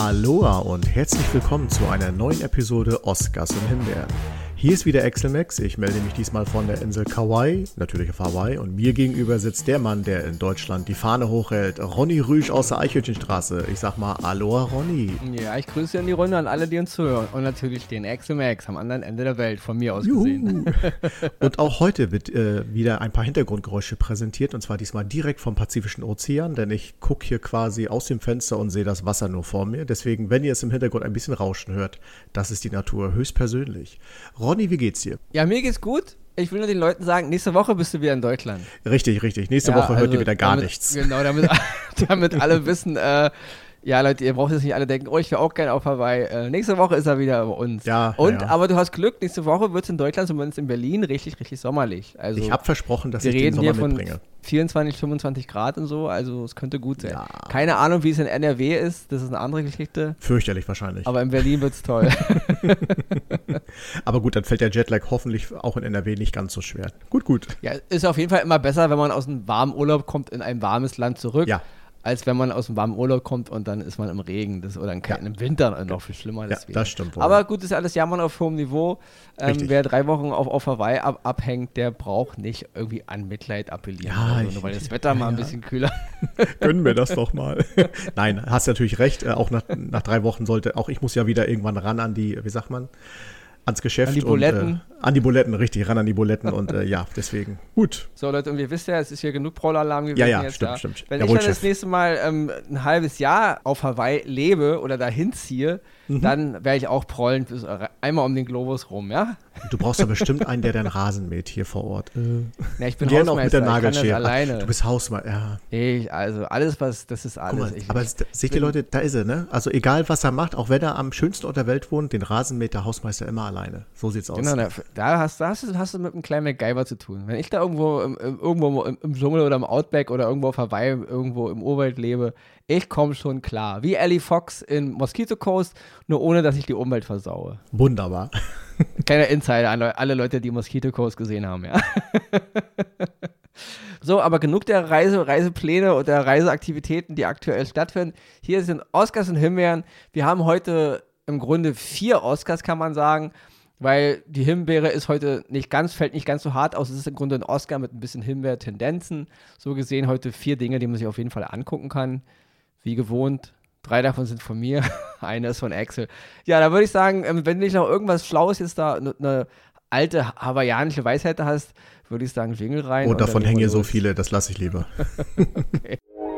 Aloha und herzlich willkommen zu einer neuen Episode Oscars und Himbeeren. Hier ist wieder Exelmax, ich melde mich diesmal von der Insel Kauai, natürlich auf Hawaii, und mir gegenüber sitzt der Mann, der in Deutschland die Fahne hochhält, Ronny Rüsch aus der Eichhörnchenstraße. Ich sag mal, Aloha Ronny. Ja, ich grüße in die Runde an alle, die uns zuhören und natürlich den Exelmax am anderen Ende der Welt, von mir aus gesehen. Und auch heute wird wieder ein paar Hintergrundgeräusche präsentiert, und zwar diesmal direkt vom Pazifischen Ozean, denn ich gucke hier quasi aus dem Fenster und sehe das Wasser nur vor mir. Deswegen, wenn ihr es im Hintergrund ein bisschen rauschen hört, das ist die Natur höchstpersönlich. Ronny, wie geht's dir? Ja, mir geht's gut. Ich will nur den Leuten sagen, nächste Woche bist du wieder in Deutschland. Richtig. Nächste Woche hört ihr wieder gar nichts. Genau, damit alle wissen, ja Leute, ihr braucht jetzt nicht alle denken, oh, ich wäre auch gerne auf Hawaii. Nächste Woche ist er wieder bei uns. Ja, aber du hast Glück, nächste Woche wird es in Deutschland, zumindest in Berlin, richtig sommerlich. Also, ich habe versprochen, dass ich den Sommer von mitbringe. 24, 25 Grad und so, also es könnte gut sein. Ja. Keine Ahnung, wie es in NRW ist, das ist eine andere Geschichte. Fürchterlich wahrscheinlich. Aber in Berlin wird's toll. Aber gut, dann fällt der Jetlag hoffentlich auch in NRW nicht ganz so schwer. Gut. Ja, ist auf jeden Fall immer besser, wenn man aus einem warmen Urlaub kommt in ein warmes Land zurück, als wenn man aus einem warmen Urlaub kommt und dann ist man im Regen oder im Winter noch viel schlimmer. Deswegen. Ja, das stimmt wohl. Aber gut, das ist alles Jammern auf hohem Niveau. Wer 3 Wochen auf Hawaii abhängt, der braucht nicht irgendwie an Mitleid appellieren. Nur weil das Wetter mal ein bisschen kühler Gönnen wir das doch mal. Nein, hast natürlich recht. Auch nach 3 Wochen sollte, auch ich muss ja wieder irgendwann ran an die, wie sagt man, ans Geschäft. An die Buletten. An die Buletten, richtig, ran an die Buletten und deswegen. Gut. So Leute, und wir wissen ja, es ist hier genug Prollalarm gewesen. Ja, stimmt. Wenn ich dann das nächste Mal ein halbes Jahr auf Hawaii lebe oder dahin ziehe, dann werde ich auch prollen, einmal um den Globus rum, ja? Du brauchst ja bestimmt einen, der deinen Rasen mäht hier vor Ort. Ja, ich bin Hausmeister, auch mit der Nagelschere. Ich kann das alleine. Du bist Hausmeister, ja. Also alles, das ist alles. Guck mal, seht ihr Leute, da ist er, ne? Also egal, was er macht, auch wenn er am schönsten Ort der Welt wohnt, den Rasen mäht der Hausmeister immer alleine. So sieht's aus. Genau, da hast du mit einem kleinen MacGyver zu tun. Wenn ich da irgendwo im Dschungel oder im Outback oder irgendwo auf Hawaii, irgendwo im Urwald lebe, ich komme schon klar. Wie Ellie Fox in Mosquito Coast, nur ohne, dass ich die Umwelt versaue. Wunderbar. Kleiner Insider an alle Leute, die Mosquito Coast gesehen haben, ja. So, aber genug der Reisepläne und der Reiseaktivitäten, die aktuell stattfinden. Hier sind Oscars und Himbeeren. Wir haben heute im Grunde 4 Oscars, kann man sagen, weil die Himbeere ist heute fällt nicht ganz so hart aus. Es ist im Grunde ein Oscar mit ein bisschen Himbeer-Tendenzen. So gesehen heute 4 Dinge, die man sich auf jeden Fall angucken kann. Wie gewohnt. 3 davon sind von mir, eine ist von Axel. Ja, da würde ich sagen, wenn du nicht noch irgendwas Schlaues jetzt da, eine alte hawaiianische Weisheit hast, würde ich sagen, Jingle rein. Oh, davon hängen hier so viele, das lasse ich lieber. Okay.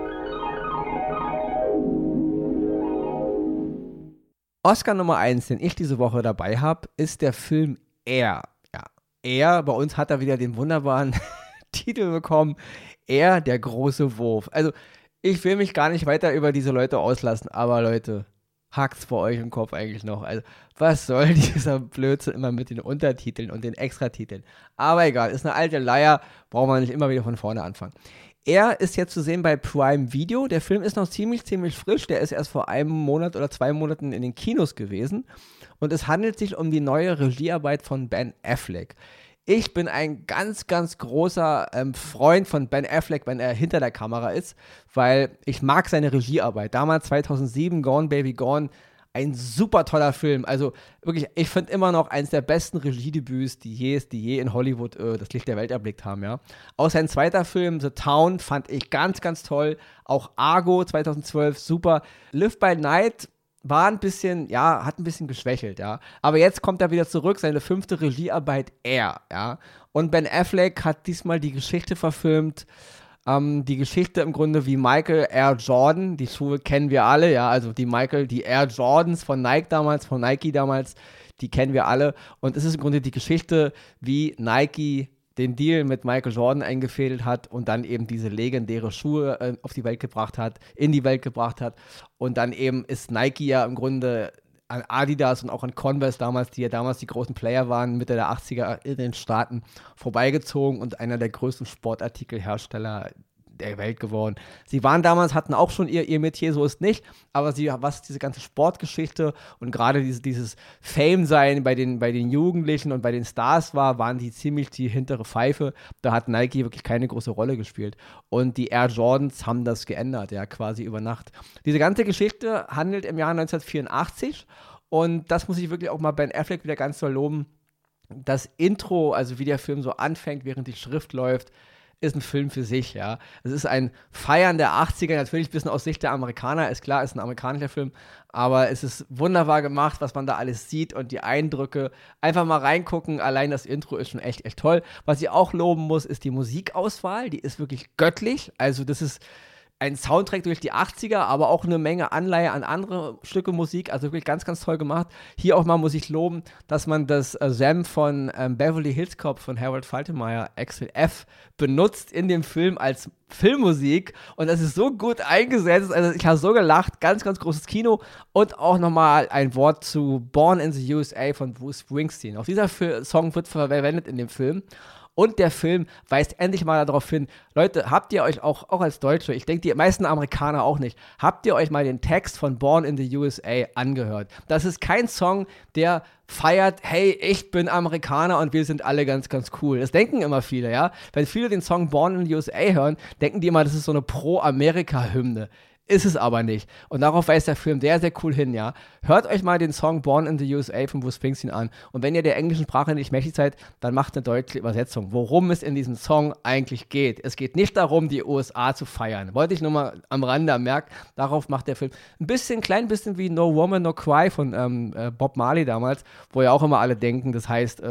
Oscar Nummer 1, den ich diese Woche dabei habe, ist der Film Air. Ja, Air, bei uns hat er wieder den wunderbaren Titel bekommen, Air, der große Wurf. Also, ich will mich gar nicht weiter über diese Leute auslassen, aber Leute, hackt's bei euch im Kopf eigentlich noch? Also, was soll dieser Blödsinn immer mit den Untertiteln und den Extratiteln? Aber egal, ist eine alte Leier, braucht man nicht immer wieder von vorne anfangen. Er ist jetzt zu sehen bei Prime Video. Der Film ist noch ziemlich frisch. Der ist erst vor einem Monat oder 2 Monaten in den Kinos gewesen. Und es handelt sich um die neue Regiearbeit von Ben Affleck. Ich bin ein ganz großer Freund von Ben Affleck, wenn er hinter der Kamera ist, weil ich mag seine Regiearbeit. Damals 2007, Gone Baby Gone, ein super toller Film. Also wirklich, ich finde immer noch eines der besten Regiedebüts, die je in Hollywood das Licht der Welt erblickt haben, ja. Auch sein zweiter Film, The Town, fand ich ganz toll. Auch Argo 2012, super. Live by Night hat ein bisschen geschwächelt, ja. Aber jetzt kommt er wieder zurück, seine 5. Regiearbeit Air, ja. Und Ben Affleck hat diesmal die Geschichte verfilmt, die Geschichte im Grunde wie Michael Air Jordan, die Schuhe kennen wir alle, ja, also die Air Jordans von Nike damals, die kennen wir alle. Und es ist im Grunde die Geschichte, wie Nike den Deal mit Michael Jordan eingefädelt hat und dann eben diese legendäre Schuhe in die Welt gebracht hat. Und dann eben ist Nike ja im Grunde an Adidas und auch an Converse damals, die ja damals die großen Player waren, Mitte der 80er in den Staaten, vorbeigezogen und einer der größten Sportartikelhersteller der Welt geworden. Sie waren damals, hatten auch schon ihr Metier, so ist nicht, aber was diese ganze Sportgeschichte und gerade dieses Fame-Sein bei den Jugendlichen und bei den Stars waren die ziemlich die hintere Pfeife. Da hat Nike wirklich keine große Rolle gespielt. Und die Air Jordans haben das geändert, ja, quasi über Nacht. Diese ganze Geschichte handelt im Jahr 1984 und das muss ich wirklich auch mal Ben Affleck wieder ganz doll loben. Das Intro, also wie der Film so anfängt, während die Schrift läuft, ist ein Film für sich, ja. Es ist ein Feiern der 80er, natürlich ein bisschen aus Sicht der Amerikaner, ist klar, ist ein amerikanischer Film, aber es ist wunderbar gemacht, was man da alles sieht und die Eindrücke. Einfach mal reingucken, allein das Intro ist schon echt, echt toll. Was ich auch loben muss, ist die Musikauswahl, die ist wirklich göttlich, also das ist ein Soundtrack durch die 80er, aber auch eine Menge Anleihe an andere Stücke Musik, also wirklich ganz, ganz toll gemacht. Hier auch mal muss ich loben, dass man das Sam von Beverly Hills Cop von Harold Faltermeyer, Axel F., benutzt in dem Film als Filmmusik und das ist so gut eingesetzt, also ich habe so gelacht, ganz, ganz großes Kino und auch nochmal ein Wort zu Born in the USA von Bruce Springsteen. Auch dieser Song wird verwendet in dem Film. Und der Film weist endlich mal darauf hin, Leute, habt ihr euch auch als Deutsche, ich denke die meisten Amerikaner auch nicht, habt ihr euch mal den Text von Born in the USA angehört? Das ist kein Song, der feiert, hey, ich bin Amerikaner und wir sind alle ganz, ganz cool. Das denken immer viele, ja. Wenn viele den Song Born in the USA hören, denken die immer, das ist so eine Pro-Amerika-Hymne. Ist es aber nicht. Und darauf weist der Film sehr, sehr cool hin, ja. Hört euch mal den Song Born in the USA von Bruce Springsteen an. Und wenn ihr der englischen Sprache nicht mächtig seid, dann macht eine deutsche Übersetzung, worum es in diesem Song eigentlich geht. Es geht nicht darum, die USA zu feiern. Wollte ich nur mal am Rande merken. Darauf macht der Film klein bisschen wie No Woman, No Cry von Bob Marley damals, wo ja auch immer alle denken, das heißt,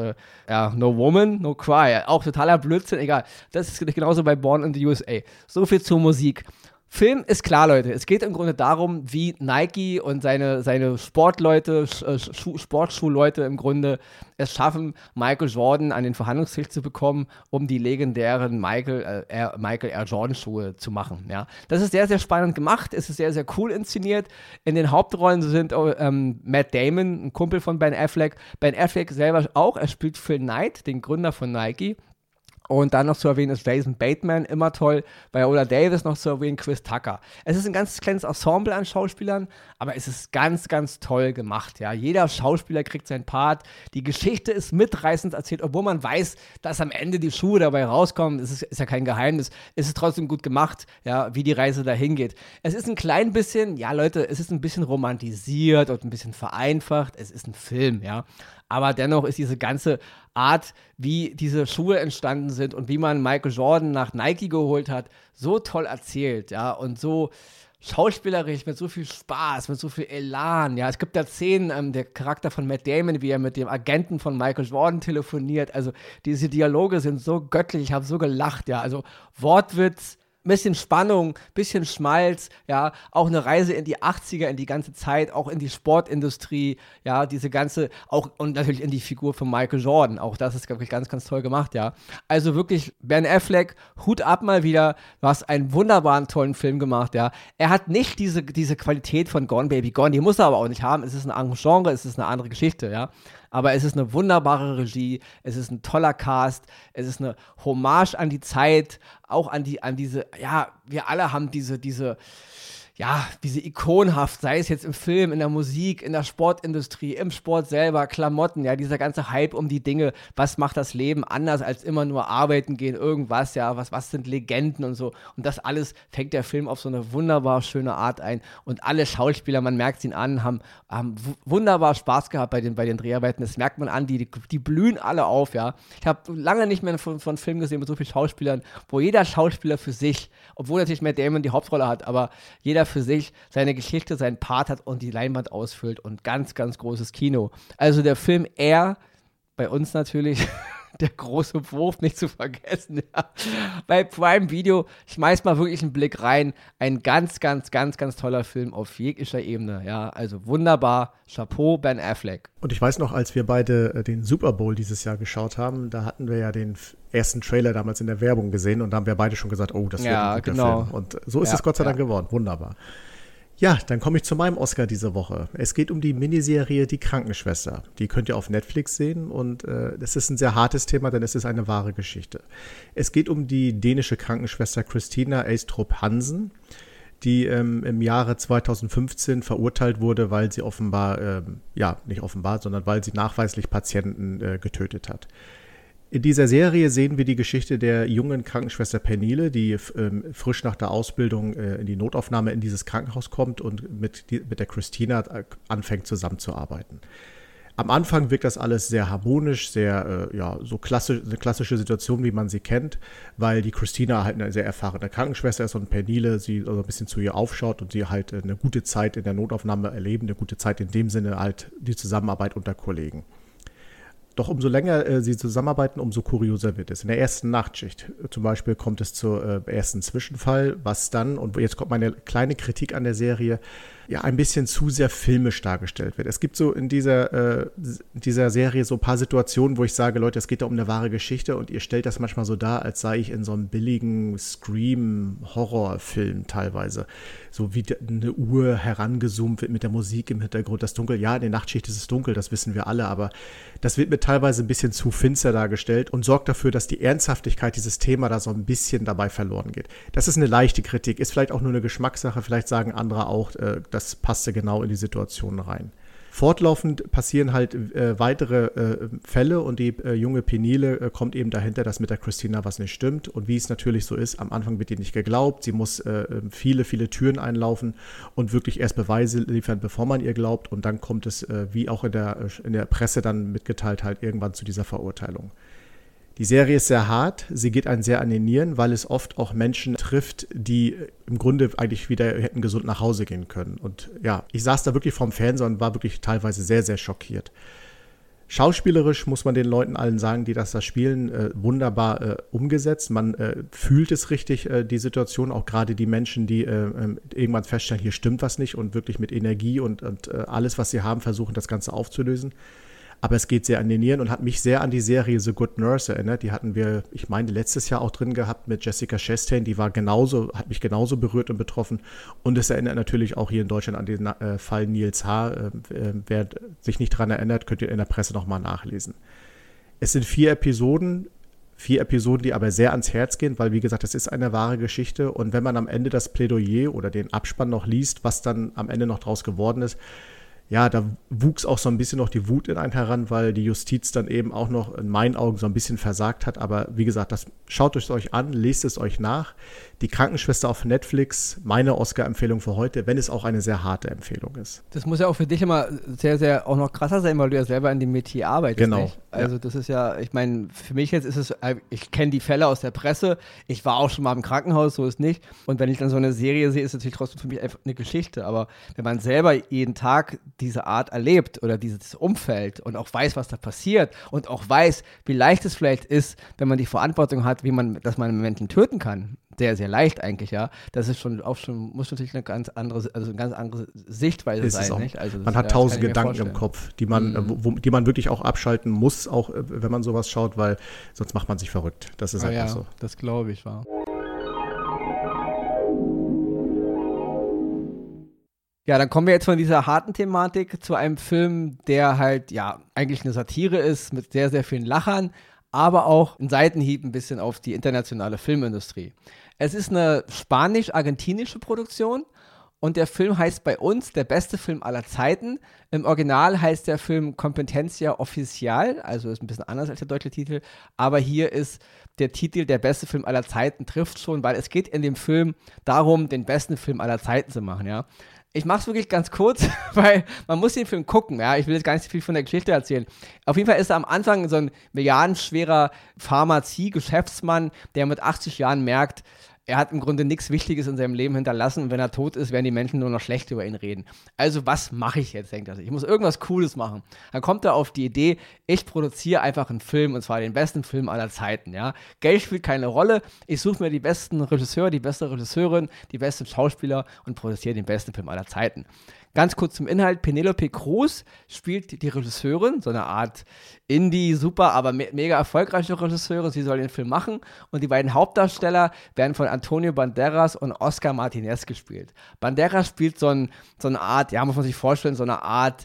No Woman, No Cry. Auch totaler Blödsinn, egal. Das ist genauso bei Born in the USA. So viel zur Musik. Film ist klar, Leute. Es geht im Grunde darum, wie Nike und seine Sportleute, Sportschuhleute im Grunde es schaffen, Michael Jordan an den Verhandlungstisch zu bekommen, um die legendären Michael Air Jordan Schuhe zu machen. Ja. Das ist sehr, sehr spannend gemacht. Es ist sehr, sehr cool inszeniert. In den Hauptrollen sind Matt Damon, ein Kumpel von Ben Affleck. Ben Affleck selber auch. Er spielt Phil Knight, den Gründer von Nike. Und dann noch zu erwähnen ist Jason Bateman, immer toll. Bei Viola Davis noch zu erwähnen Chris Tucker. Es ist ein ganz kleines Ensemble an Schauspielern, aber es ist ganz, ganz toll gemacht. Ja. Jeder Schauspieler kriegt seinen Part. Die Geschichte ist mitreißend erzählt, obwohl man weiß, dass am Ende die Schuhe dabei rauskommen. Ist ja kein Geheimnis. Es ist trotzdem gut gemacht, ja, wie die Reise dahin geht. Es ist ein klein bisschen, ja Leute, es ist ein bisschen romantisiert und ein bisschen vereinfacht. Es ist ein Film, ja. Aber dennoch ist diese ganze Art, wie diese Schuhe entstanden sind und wie man Michael Jordan nach Nike geholt hat, so toll erzählt, ja, und so schauspielerisch, mit so viel Spaß, mit so viel Elan, ja. Es gibt da Szenen, der Charakter von Matt Damon, wie er mit dem Agenten von Michael Jordan telefoniert, also diese Dialoge sind so göttlich, ich habe so gelacht, ja, also Wortwitz, bisschen Spannung, bisschen Schmalz, ja, auch eine Reise in die 80er, in die ganze Zeit, auch in die Sportindustrie, ja, diese ganze, auch und natürlich in die Figur von Michael Jordan, auch das ist, glaube ich, ganz, ganz toll gemacht, ja. Also wirklich, Ben Affleck, Hut ab mal wieder, du hast einen wunderbaren, tollen Film gemacht, ja. Er hat nicht diese Qualität von Gone Baby Gone, die muss er aber auch nicht haben, es ist ein anderes Genre, es ist eine andere Geschichte, ja. Aber es ist eine wunderbare Regie, es ist ein toller Cast, es ist eine Hommage an die Zeit, auch an diese, ja, wir alle haben diese ikonhaft, sei es jetzt im Film, in der Musik, in der Sportindustrie, im Sport selber, Klamotten, ja, dieser ganze Hype um die Dinge, was macht das Leben anders als immer nur arbeiten gehen, irgendwas, ja, was sind Legenden und so. Und das alles fängt der Film auf so eine wunderbar schöne Art ein. Und alle Schauspieler, man merkt es ihnen an, haben wunderbar Spaß gehabt bei den Dreharbeiten. Das merkt man an, die blühen alle auf, ja. Ich habe lange nicht mehr von Filmen gesehen mit so vielen Schauspielern, wo jeder Schauspieler für sich, obwohl natürlich Matt Damon die Hauptrolle hat, aber jeder für sich seine Geschichte, seinen Part hat und die Leinwand ausfüllt und ganz, ganz großes Kino. Also der Film Air, bei uns natürlich der große Wurf, nicht zu vergessen, ja. Bei Prime Video, schmeißt mal wirklich einen Blick rein, ein ganz, ganz, ganz, ganz toller Film auf jeglicher Ebene, ja, also wunderbar, Chapeau, Ben Affleck. Und ich weiß noch, als wir beide den Super Bowl dieses Jahr geschaut haben, da hatten wir ja den ersten Trailer damals in der Werbung gesehen und da haben wir beide schon gesagt, oh, das wird ein guter Film. Und so ist es Gott sei Dank geworden, wunderbar. Ja, dann komme ich zu meinem Oscar diese Woche. Es geht um die Miniserie Die Krankenschwester. Die könnt ihr auf Netflix sehen und das ist ein sehr hartes Thema, denn es ist eine wahre Geschichte. Es geht um die dänische Krankenschwester Christina Astrup Hansen, die im Jahre 2015 verurteilt wurde, weil sie offenbar, nicht offenbar, sondern weil sie nachweislich Patienten getötet hat. In dieser Serie sehen wir die Geschichte der jungen Krankenschwester Pernille, die frisch nach der Ausbildung in die Notaufnahme in dieses Krankenhaus kommt und mit der Christina anfängt zusammenzuarbeiten. Am Anfang wirkt das alles sehr harmonisch, sehr so klassisch, eine klassische Situation, wie man sie kennt, weil die Christina halt eine sehr erfahrene Krankenschwester ist und Pernille sie so ein bisschen zu ihr aufschaut und sie halt eine gute Zeit in der Notaufnahme erleben, eine gute Zeit in dem Sinne halt die Zusammenarbeit unter Kollegen. Doch umso länger sie zusammenarbeiten, umso kurioser wird es. In der ersten Nachtschicht zum Beispiel kommt es zum ersten Zwischenfall, was dann, und jetzt kommt meine kleine Kritik an der Serie, ja ein bisschen zu sehr filmisch dargestellt wird. Es gibt so in dieser Serie so ein paar Situationen, wo ich sage, Leute, es geht da um eine wahre Geschichte und ihr stellt das manchmal so dar, als sei ich in so einem billigen Scream-Horrorfilm teilweise. So wie eine Uhr herangezoomt wird mit der Musik im Hintergrund, das Dunkel. Ja, in der Nachtschicht ist es dunkel, das wissen wir alle, aber das wird mir teilweise ein bisschen zu finster dargestellt und sorgt dafür, dass die Ernsthaftigkeit dieses Thema da so ein bisschen dabei verloren geht. Das ist eine leichte Kritik, ist vielleicht auch nur eine Geschmackssache, vielleicht sagen andere auch, das passte genau in die Situation rein. Fortlaufend passieren halt weitere Fälle und die junge Pernille kommt eben dahinter, dass mit der Christina was nicht stimmt. Und wie es natürlich so ist, am Anfang wird ihr nicht geglaubt. Sie muss viele, viele Türen einlaufen und wirklich erst Beweise liefern, bevor man ihr glaubt. Und dann kommt es, wie auch in der Presse dann mitgeteilt, halt irgendwann zu dieser Verurteilung. Die Serie ist sehr hart, sie geht einen sehr an den Nieren, weil es oft auch Menschen trifft, die im Grunde eigentlich wieder hätten gesund nach Hause gehen können. Und ja, ich saß da wirklich vorm Fernseher und war wirklich teilweise sehr, sehr schockiert. Schauspielerisch muss man den Leuten allen sagen, die das da spielen, wunderbar umgesetzt. Man fühlt es richtig, die Situation, auch gerade die Menschen, die irgendwann feststellen, hier stimmt was nicht und wirklich mit Energie und alles, was sie haben, versuchen, das Ganze aufzulösen. Aber es geht sehr an den Nieren und hat mich sehr an die Serie The Good Nurse erinnert. Die hatten wir, ich meine, letztes Jahr auch drin gehabt mit Jessica Chastain. Die hat mich genauso berührt und betroffen. Und es erinnert natürlich auch hier in Deutschland an den Fall Nils H. Wer sich nicht daran erinnert, könnt ihr in der Presse nochmal nachlesen. Es sind 4 Episoden, die aber sehr ans Herz gehen, weil, wie gesagt, das ist eine wahre Geschichte. Und wenn man am Ende das Plädoyer oder den Abspann noch liest, was dann am Ende noch draus geworden ist, ja, da wuchs auch so ein bisschen noch die Wut in einen heran, weil die Justiz dann eben auch noch in meinen Augen so ein bisschen versagt hat. Aber wie gesagt, schaut es euch an, lest es euch nach. Die Krankenschwester auf Netflix, meine Oscar-Empfehlung für heute, wenn es auch eine sehr harte Empfehlung ist. Das muss ja auch für dich immer sehr, sehr auch noch krasser sein, weil du ja selber in dem Metier arbeitest. Genau. Nicht? Also das ist ja, ich meine, für mich jetzt ist es, ich kenne die Fälle aus der Presse, ich war auch schon mal im Krankenhaus, so ist nicht. Und wenn ich dann so eine Serie sehe, ist es natürlich trotzdem für mich einfach eine Geschichte. Aber wenn man selber jeden Tag diese Art erlebt oder dieses Umfeld und auch weiß, was da passiert und auch weiß, wie leicht es vielleicht ist, wenn man die Verantwortung hat, dass man Menschen töten kann. Sehr, sehr leicht eigentlich, ja. Das ist muss natürlich eine ganz andere Sichtweise sein. Nicht? Also man hat 1000 Gedanken im Kopf, die man wirklich auch abschalten muss, auch wenn man sowas schaut, weil sonst macht man sich verrückt. Das ist einfach so. Das glaube ich, war. Ja, dann kommen wir jetzt von dieser harten Thematik zu einem Film, der halt, ja, eigentlich eine Satire ist mit sehr, sehr vielen Lachern, aber auch ein Seitenhieb ein bisschen auf die internationale Filmindustrie. Es ist eine spanisch-argentinische Produktion und der Film heißt bei uns der beste Film aller Zeiten. Im Original heißt der Film Competencia Oficial, also ist ein bisschen anders als der deutsche Titel, aber hier ist der Titel der beste Film aller Zeiten, trifft schon, weil es geht in dem Film darum, den besten Film aller Zeiten zu machen, ja. Ich mache es wirklich ganz kurz, weil man muss den Film gucken, ja, ich will jetzt gar nicht so viel von der Geschichte erzählen. Auf jeden Fall ist er am Anfang so ein milliardenschwerer Pharmazie-Geschäftsmann, der mit 80 Jahren merkt, er hat im Grunde nichts Wichtiges in seinem Leben hinterlassen und wenn er tot ist, werden die Menschen nur noch schlecht über ihn reden. Also was mache ich jetzt, denkt er sich. Ich muss irgendwas Cooles machen. Dann kommt er auf die Idee, ich produziere einfach einen Film und zwar den besten Film aller Zeiten. Ja? Geld spielt keine Rolle. Ich suche mir die besten Regisseure, die beste Regisseurin, die besten Schauspieler und produziere den besten Film aller Zeiten. Ganz kurz zum Inhalt. Penelope Cruz spielt die Regisseurin, so eine Art Indie, super, aber mega erfolgreiche Regisseurin. Sie soll den Film machen. Und die beiden Hauptdarsteller werden von Antonio Banderas und Oscar Martinez gespielt. Banderas spielt so eine Art, ja, muss man sich vorstellen, so eine Art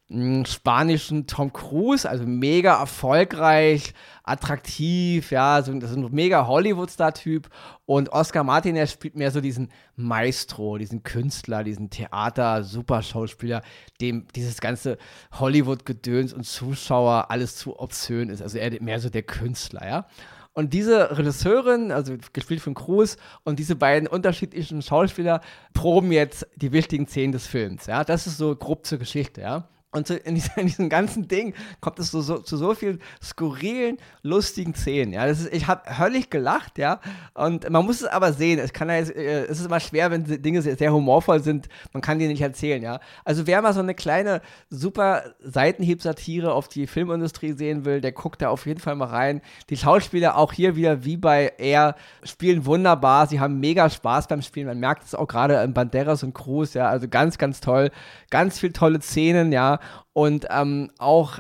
spanischen Tom Cruise, also mega erfolgreich, attraktiv, ja, das ist ein mega Hollywood-Star-Typ. Und Oscar Martinez spielt mehr so diesen Maestro, diesen Künstler, diesen Theater-Superschauspieler, dem dieses ganze Hollywood-Gedöns und Zuschauer alles zu obszön ist. Also er mehr so der Künstler, ja. Und diese Regisseurin, also gespielt von Cruz, und diese beiden unterschiedlichen Schauspieler proben jetzt die wichtigen Szenen des Films, ja. Das ist so grob zur Geschichte, ja. Und in diesem ganzen Ding kommt es zu so vielen skurrilen, lustigen Szenen. Ja, ich habe höllisch gelacht, ja. Und man muss es aber sehen. Es ist immer schwer, wenn Dinge sehr humorvoll sind. Man kann die nicht erzählen, ja. Also wer mal so eine kleine, super Seitenhieb-Satire auf die Filmindustrie sehen will, der guckt da auf jeden Fall mal rein. Die Schauspieler auch hier wieder wie bei Air spielen wunderbar. Sie haben mega Spaß beim Spielen. Man merkt es auch gerade in Banderas und Cruz, ja. Also ganz, ganz toll. Ganz viele tolle Szenen, ja. Und auch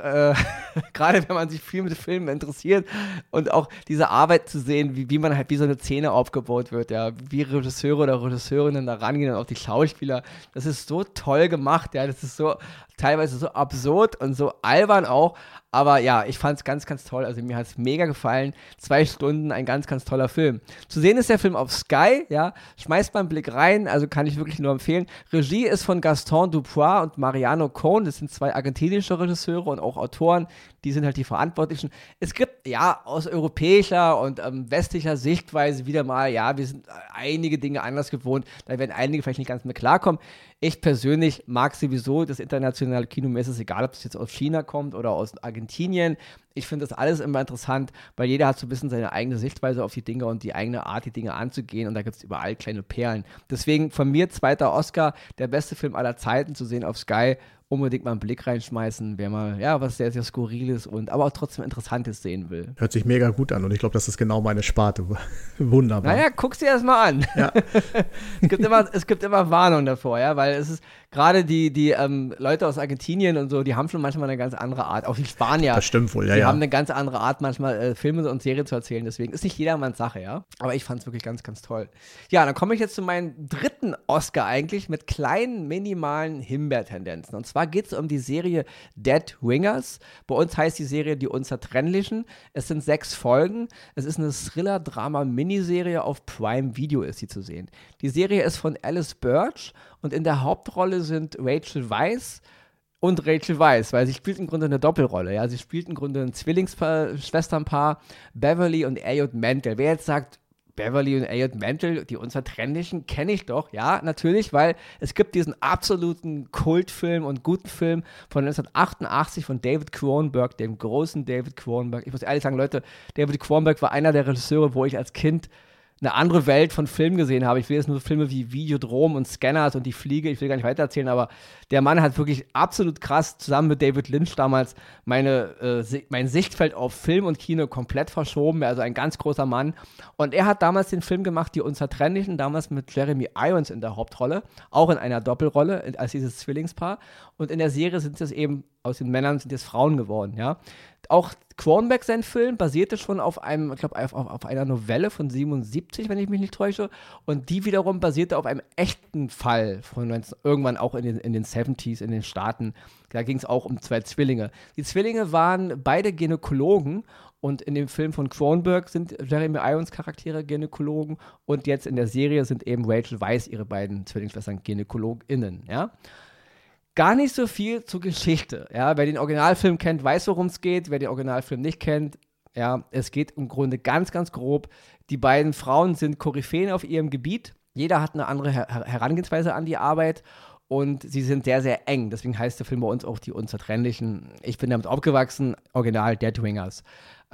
gerade wenn man sich viel mit Filmen interessiert und auch diese Arbeit zu sehen, wie man halt, wie so eine Szene aufgebaut wird, ja, wie Regisseure oder Regisseurinnen da rangehen und auch die Schauspieler, das ist so toll gemacht, ja, das ist so teilweise so absurd und so albern auch, aber ja, ich fand es ganz, ganz toll, also mir hat es mega gefallen, 2 Stunden, ein ganz, ganz toller Film. Zu sehen ist der Film auf Sky, ja, schmeißt mal einen Blick rein, also kann ich wirklich nur empfehlen. Regie ist von Gaston Dupois und Mariano Cohn, das sind 2 argentinische Regisseure und auch Autoren, die sind halt die Verantwortlichen. Es gibt, ja, aus europäischer und westlicher Sichtweise wieder mal, ja, wir sind einige Dinge anders gewohnt, da werden einige vielleicht nicht ganz mehr klarkommen. Ich persönlich mag sowieso das internationale Kino, mir ist es egal, ob es jetzt aus China kommt oder aus Argentinien. Ich finde das alles immer interessant, weil jeder hat so ein bisschen seine eigene Sichtweise auf die Dinge und die eigene Art, die Dinge anzugehen, und da gibt es überall kleine Perlen. Deswegen von mir 2. Oscar, der beste Film aller Zeiten, zu sehen auf Sky. Unbedingt mal einen Blick reinschmeißen, wer mal, ja, was sehr, sehr Skurriles und aber auch trotzdem Interessantes sehen will. Hört sich mega gut an und ich glaube, das ist genau meine Sparte. Wunderbar. Naja, guck's dir das mal an. Ja. es gibt immer Warnung davor, ja, weil es ist gerade die Leute aus Argentinien und so, die haben schon manchmal eine ganz andere Art, auch die Spanier. Das stimmt wohl, ja, die haben eine ganz andere Art, manchmal Filme und Serien zu erzählen, deswegen ist nicht jedermanns Sache, ja. Aber ich fand's wirklich ganz, ganz toll. Ja, dann komme ich jetzt zu meinem 3. Oscar eigentlich mit kleinen, minimalen Himbeertendenzen. Und zwar geht es um die Serie Dead Ringers. Bei uns heißt die Serie Die Unzertrennlichen. Es sind 6 Folgen. Es ist eine Thriller-Drama-Miniserie. Auf Prime Video ist sie zu sehen. Die Serie ist von Alice Birch und in der Hauptrolle sind Rachel Weisz und Rachel Weisz, weil sie spielt im Grunde eine Doppelrolle. Ja? Sie spielt im Grunde ein Zwillingsschwesternpaar, Beverly und Elliot Mantel. Wer jetzt sagt, Beverly und Elliot Mantel, die Unzertrennlichen, kenne ich doch. Ja, natürlich, weil es gibt diesen absoluten Kultfilm und guten Film von 1988 von David Cronenberg, dem großen David Cronenberg. Ich muss ehrlich sagen, Leute, David Cronenberg war einer der Regisseure, wo ich als Kind eine andere Welt von Filmen gesehen habe. Ich will jetzt nur Filme wie Videodrom und Scanners und Die Fliege, ich will gar nicht weitererzählen, aber der Mann hat wirklich absolut krass zusammen mit David Lynch damals mein Sichtfeld auf Film und Kino komplett verschoben, also ein ganz großer Mann. Und er hat damals den Film gemacht, Die Unzertrennlichen, damals mit Jeremy Irons in der Hauptrolle, auch in einer Doppelrolle als dieses Zwillingspaar. Und in der Serie sind es eben, aus den Männern sind jetzt Frauen geworden, ja. Auch Cronenberg, sein Film, basierte schon auf einem, ich glaube, auf einer Novelle von 77, wenn ich mich nicht täusche. Und die wiederum basierte auf einem echten Fall von irgendwann auch in den 70s in den Staaten. Da ging es auch um 2 Zwillinge. Die Zwillinge waren beide Gynäkologen. Und in dem Film von Cronenberg sind Jeremy Irons Charaktere GynäkoloGen. Und jetzt in der Serie sind eben Rachel Weisz, ihre beiden Zwillingsschwestern, GynäkologInnen, ja. Gar nicht so viel zur Geschichte. Ja? Wer den Originalfilm kennt, weiß, worum es geht. Wer den Originalfilm nicht kennt, ja, es geht im Grunde ganz, ganz grob. Die beiden Frauen sind Koryphäen auf ihrem Gebiet. Jeder hat eine andere Herangehensweise an die Arbeit und sie sind sehr, sehr eng. Deswegen heißt der Film bei uns auch Die Unzertrennlichen. Ich bin damit aufgewachsen, Original Dead Ringers.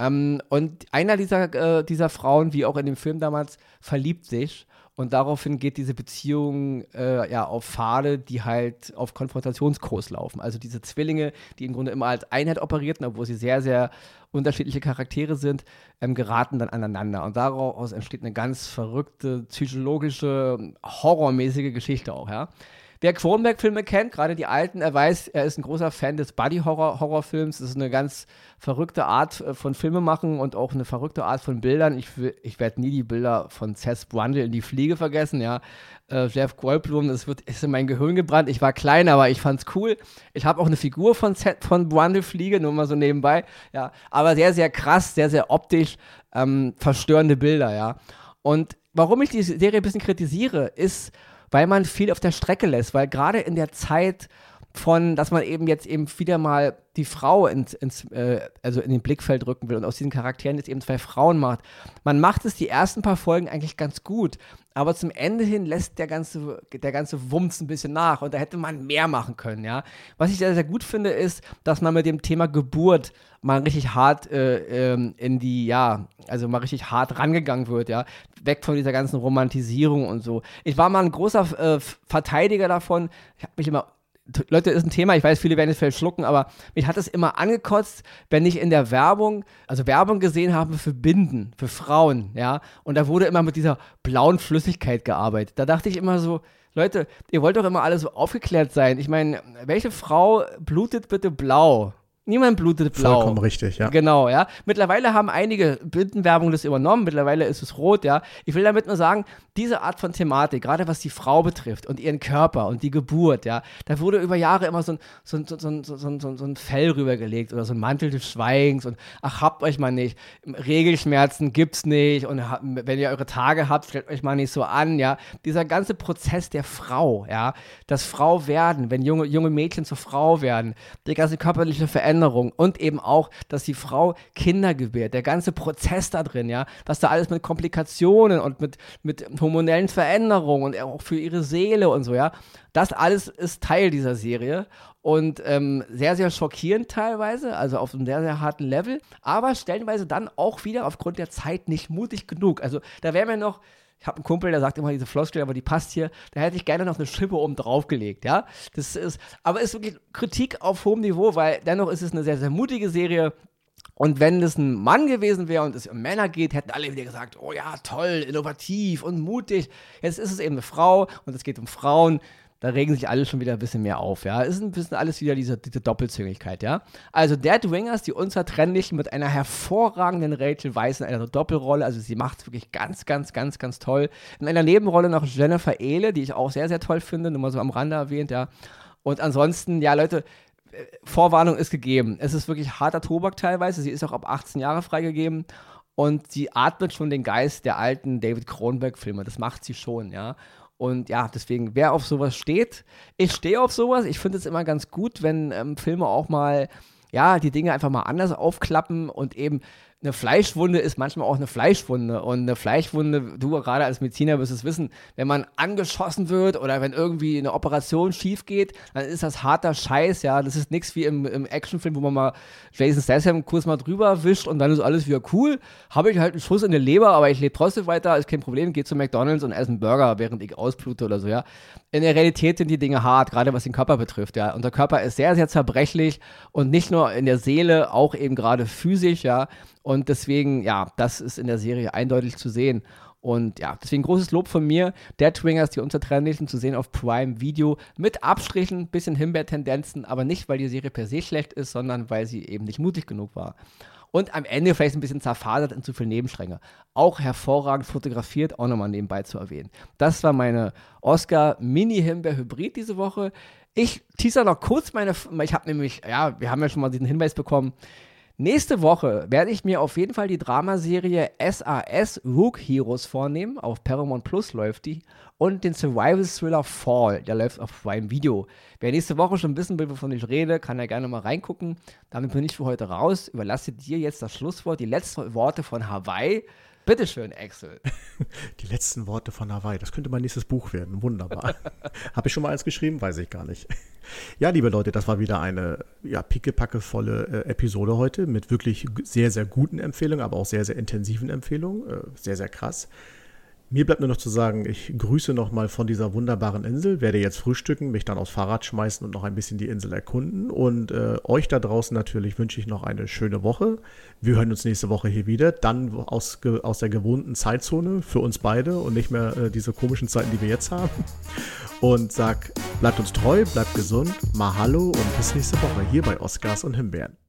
Und einer dieser Frauen, wie auch in dem Film damals, verliebt sich. Und daraufhin geht diese Beziehung auf Pfade, die halt auf Konfrontationskurs laufen. Also diese Zwillinge, die im Grunde immer als Einheit operierten, obwohl sie sehr, sehr unterschiedliche Charaktere sind, geraten dann aneinander. Und daraus entsteht eine ganz verrückte, psychologische, horrormäßige Geschichte auch, ja. Wer Cronenberg-Filme kennt, gerade die alten, er weiß, er ist ein großer Fan des Buddy-Horrorfilms. Das ist eine ganz verrückte Art von Filmemachen und auch eine verrückte Art von Bildern. Ich werde nie die Bilder von Seth Brundle in Die Fliege vergessen, ja. Jeff Goldblum, ist in mein Gehirn gebrannt. Ich war klein, aber ich fand's cool. Ich habe auch eine Figur von Brundle Fliege, nur mal so nebenbei, ja. Aber sehr, sehr krass, sehr, sehr optisch verstörende Bilder, ja. Und warum ich die Serie ein bisschen kritisiere, ist, weil man viel auf der Strecke lässt, weil gerade in der Zeit dass man eben jetzt eben wieder mal die Frau also in den Blickfeld rücken will und aus diesen Charakteren jetzt eben 2 Frauen macht. Man macht es die ersten paar Folgen eigentlich ganz gut, aber zum Ende hin lässt der ganze Wumms ein bisschen nach und da hätte man mehr machen können, ja. Was ich sehr, sehr gut finde, ist, dass man mit dem Thema Geburt mal richtig hart mal richtig hart rangegangen wird, ja. Weg von dieser ganzen Romantisierung und so. Ich war mal ein großer Verteidiger davon. Ich habe mich immer Leute, ist ein Thema, ich weiß, viele werden es vielleicht schlucken, aber mich hat es immer angekotzt, wenn ich in der Werbung gesehen habe für Binden, für Frauen, ja, und da wurde immer mit dieser blauen Flüssigkeit gearbeitet. Da dachte ich immer so, Leute, ihr wollt doch immer alle so aufgeklärt sein. Ich meine, welche Frau blutet bitte blau? Niemand blutet blau. Vollkommen richtig, ja. Genau, ja. Mittlerweile haben einige Bindenwerbung das übernommen, mittlerweile ist es rot, ja. Ich will damit nur sagen, diese Art von Thematik, gerade was die Frau betrifft und ihren Körper und die Geburt, ja, da wurde über Jahre immer so ein Fell rübergelegt oder so ein Mantel des Schweigens und ach, habt euch mal nicht, Regelschmerzen gibt's nicht und wenn ihr eure Tage habt, stellt euch mal nicht so an, ja. Dieser ganze Prozess der Frau, ja, das Frauwerden, wenn junge Mädchen zur Frau werden, die ganze körperliche Veränderung und eben auch, dass die Frau Kinder gebärt, der ganze Prozess da drin, ja, was da alles mit Komplikationen und mit hormonellen Veränderungen und auch für ihre Seele und so, ja, das alles ist Teil dieser Serie und sehr, sehr schockierend teilweise, also auf einem sehr, sehr harten Level, aber stellenweise dann auch wieder aufgrund der Zeit nicht mutig genug, also da wäre mir noch. Ich habe einen Kumpel, der sagt immer diese Floskel, aber die passt hier. Da hätte ich gerne noch eine Schippe oben drauf gelegt, ja. Aber ist wirklich Kritik auf hohem Niveau, weil dennoch ist es eine sehr, sehr mutige Serie. Und wenn es ein Mann gewesen wäre und es um Männer geht, hätten alle wieder gesagt, oh ja, toll, innovativ und mutig. Jetzt ist es eben eine Frau und es geht um Frauen. Da regen sich alle schon wieder ein bisschen mehr auf, ja. Es ist ein bisschen alles wieder diese Doppelzüngigkeit, ja. Also Dead Ringers, die Unzertrennlichen mit einer hervorragenden Rachel Weisz in einer Doppelrolle, also sie macht es wirklich ganz, ganz, ganz, ganz toll. In einer Nebenrolle noch Jennifer Ehle, die ich auch sehr, sehr toll finde, nur mal so am Rande erwähnt, ja. Und ansonsten, ja, Leute, Vorwarnung ist gegeben. Es ist wirklich harter Tobak teilweise, sie ist auch ab 18 Jahre freigegeben und sie atmet schon den Geist der alten David Cronenberg-Filme, das macht sie schon, ja. Und ja, deswegen, wer auf sowas steht, ich stehe auf sowas. Ich finde es immer ganz gut, wenn Filme auch mal, ja, die Dinge einfach mal anders aufklappen und eben eine Fleischwunde ist manchmal auch eine Fleischwunde. Und eine Fleischwunde, du gerade als Mediziner wirst es wissen, wenn man angeschossen wird oder wenn irgendwie eine Operation schief geht, dann ist das harter Scheiß, ja. Das ist nichts wie im Actionfilm, wo man mal Jason Statham kurz mal drüber wischt und dann ist alles wieder cool. Habe ich halt einen Schuss in die Leber, aber ich lebe trotzdem weiter, ist kein Problem, gehe zu McDonald's und esse einen Burger, während ich ausblute oder so, ja. In der Realität sind die Dinge hart, gerade was den Körper betrifft, ja. Unser Körper ist sehr, sehr zerbrechlich und nicht nur in der Seele, auch eben gerade physisch, ja. Und deswegen, ja, das ist in der Serie eindeutig zu sehen. Und ja, deswegen großes Lob von mir. Dead Ringers, die Unzertrennlichen, zu sehen auf Prime Video. Mit Abstrichen, bisschen Himbeertendenzen, aber nicht, weil die Serie per se schlecht ist, sondern weil sie eben nicht mutig genug war. Und am Ende vielleicht ein bisschen zerfasert in zu viele Nebenstränge. Auch hervorragend fotografiert, auch nochmal nebenbei zu erwähnen. Das war meine Oscar-Mini-Himbeer-Hybrid diese Woche. Ich teaser noch kurz ich habe nämlich, ja, wir haben ja schon mal diesen Hinweis bekommen. Nächste Woche werde ich mir auf jeden Fall die Dramaserie SAS Rogue Heroes vornehmen. Auf Paramount Plus läuft die. Und den Survival-Thriller Fall, der läuft auf Prime Video. Wer nächste Woche schon wissen will, wovon ich rede, kann ja gerne mal reingucken. Damit bin ich für heute raus. Überlasse dir jetzt das Schlusswort, die letzten Worte von Hawaii. Bitteschön, Axel. Die letzten Worte von Hawaii, das könnte mein nächstes Buch werden. Wunderbar. Habe ich schon mal eins geschrieben? Weiß ich gar nicht. Ja, liebe Leute, das war wieder eine pickepackevolle Episode heute mit wirklich sehr, sehr guten Empfehlungen, aber auch sehr, sehr intensiven Empfehlungen. Sehr, sehr krass. Mir bleibt nur noch zu sagen, ich grüße nochmal von dieser wunderbaren Insel, werde jetzt frühstücken, mich dann aufs Fahrrad schmeißen und noch ein bisschen die Insel erkunden. Und euch da draußen natürlich wünsche ich noch eine schöne Woche. Wir hören uns nächste Woche hier wieder, dann aus der gewohnten Zeitzone für uns beide und nicht mehr diese komischen Zeiten, die wir jetzt haben. Und sag, bleibt uns treu, bleibt gesund, Mahalo und bis nächste Woche hier bei Oscars und Himbeeren.